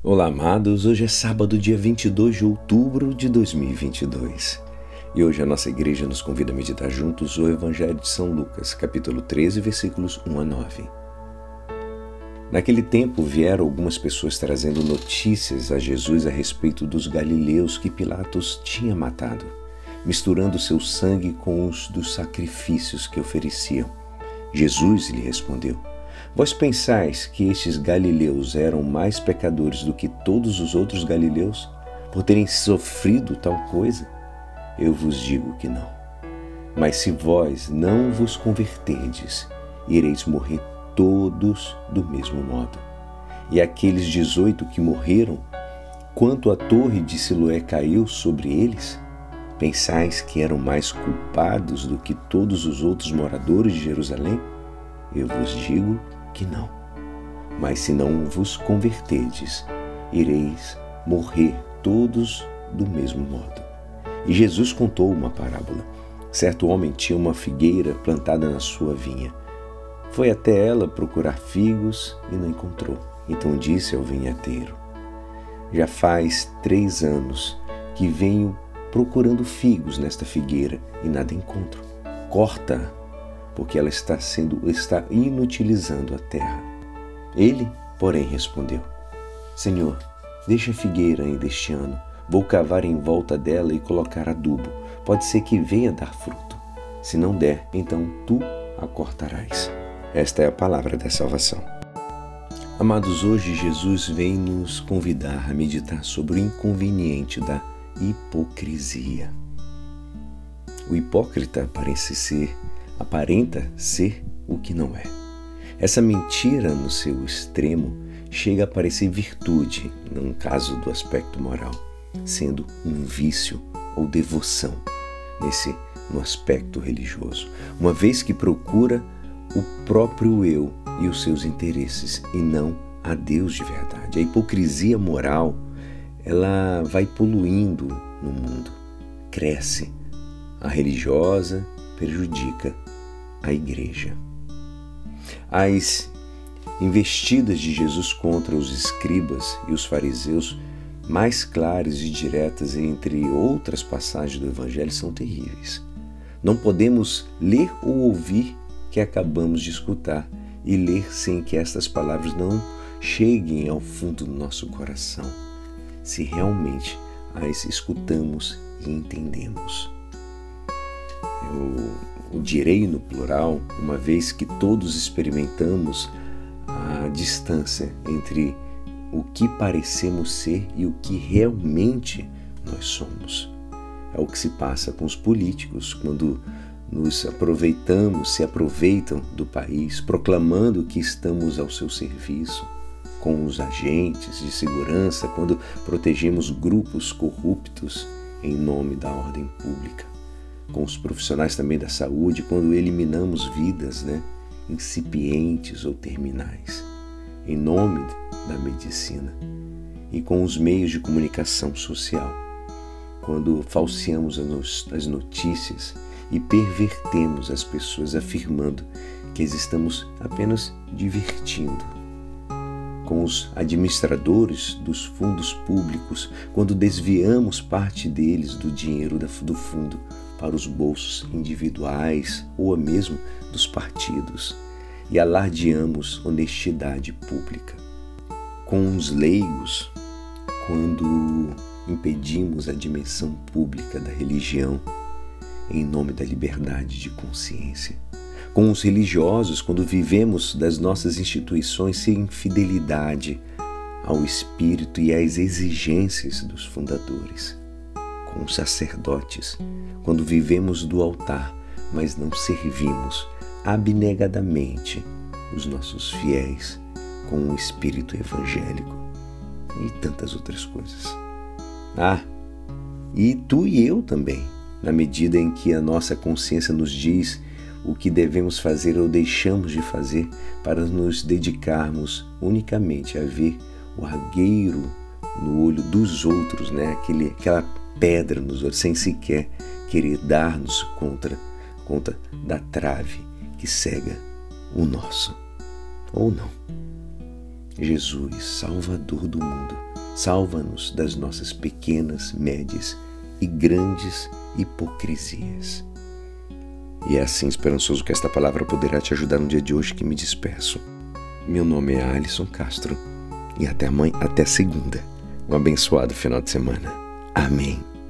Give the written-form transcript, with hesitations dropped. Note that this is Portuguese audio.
Olá, amados. Hoje é sábado, dia 22 de outubro de 2022. E hoje a nossa igreja nos convida a meditar juntos o Evangelho de São Lucas, capítulo 13, versículos 1 a 9. Naquele tempo vieram algumas pessoas trazendo notícias a Jesus a respeito dos galileus que Pilatos tinha matado, misturando seu sangue com os dos sacrifícios que ofereciam. Jesus lhe respondeu: Vós pensais que estes galileus eram mais pecadores do que todos os outros galileus, por terem sofrido tal coisa? Eu vos digo que não. Mas se vós não vos converterdes, ireis morrer todos do mesmo modo. E aqueles 18 que morreram, quanto a torre de Siloé caiu sobre eles, pensais que eram mais culpados do que todos os outros moradores de Jerusalém? Eu vos digo que não. Mas se não vos converterdes, ireis morrer todos do mesmo modo. E Jesus contou uma parábola. Certo homem tinha uma figueira plantada na sua vinha. Foi até ela procurar figos e não encontrou. Então disse ao vinhateiro: Já faz 3 anos que venho procurando figos nesta figueira e nada encontro. Corta-a, porque ela está inutilizando a terra. Ele, porém, respondeu: Senhor, deixa a figueira ainda este ano. Vou cavar em volta dela e colocar adubo. Pode ser que venha dar fruto. Se não der, então tu a cortarás. Esta é a palavra da salvação. Amados, hoje Jesus vem nos convidar a meditar sobre o inconveniente da hipocrisia. O hipócrita aparenta ser o que não é. Essa mentira, no seu extremo, chega a parecer virtude, no caso do aspecto moral, sendo um vício ou devoção no aspecto religioso, uma vez que procura o próprio eu e os seus interesses e não a Deus de verdade. A hipocrisia moral, ela vai poluindo no mundo, cresce. A religiosa prejudica a igreja. As investidas de Jesus contra os escribas e os fariseus, mais claras e diretas entre outras passagens do Evangelho, são terríveis. Não podemos ler ou ouvir que acabamos de escutar e ler sem que estas palavras não cheguem ao fundo do nosso coração, se realmente as escutamos e entendemos. Eu direi no plural, uma vez que todos experimentamos a distância entre o que parecemos ser e o que realmente nós somos. É o que se passa com os políticos quando se aproveitam do país, proclamando que estamos ao seu serviço, com os agentes de segurança, quando protegemos grupos corruptos em nome da ordem pública, com os profissionais também da saúde, quando eliminamos vidas, incipientes ou terminais, em nome da medicina, e com os meios de comunicação social, quando falseamos as notícias e pervertemos as pessoas afirmando que as estamos apenas divertindo, com os administradores dos fundos públicos, quando desviamos parte deles do dinheiro do fundo para os bolsos individuais ou mesmo dos partidos e alardeamos honestidade pública. Com os leigos, quando impedimos a dimensão pública da religião em nome da liberdade de consciência. Com os religiosos, quando vivemos das nossas instituições sem fidelidade ao espírito e às exigências dos fundadores. Com os sacerdotes, quando vivemos do altar, mas não servimos abnegadamente os nossos fiéis com o espírito evangélico e tantas outras coisas. E tu e eu também, na medida em que a nossa consciência nos diz o que devemos fazer ou deixamos de fazer para nos dedicarmos unicamente a ver o argueiro no olho dos outros, aquela pedra nos olhos, sem sequer querer dar-nos conta da trave que cega o nosso, ou não. Jesus, Salvador do mundo, Salva-nos das nossas pequenas, médias e grandes hipocrisias. E é assim, esperançoso, que esta palavra poderá te ajudar no dia de hoje, que me despeço. Meu nome é Alisson Castro e até segunda. Um abençoado final de semana. Amém.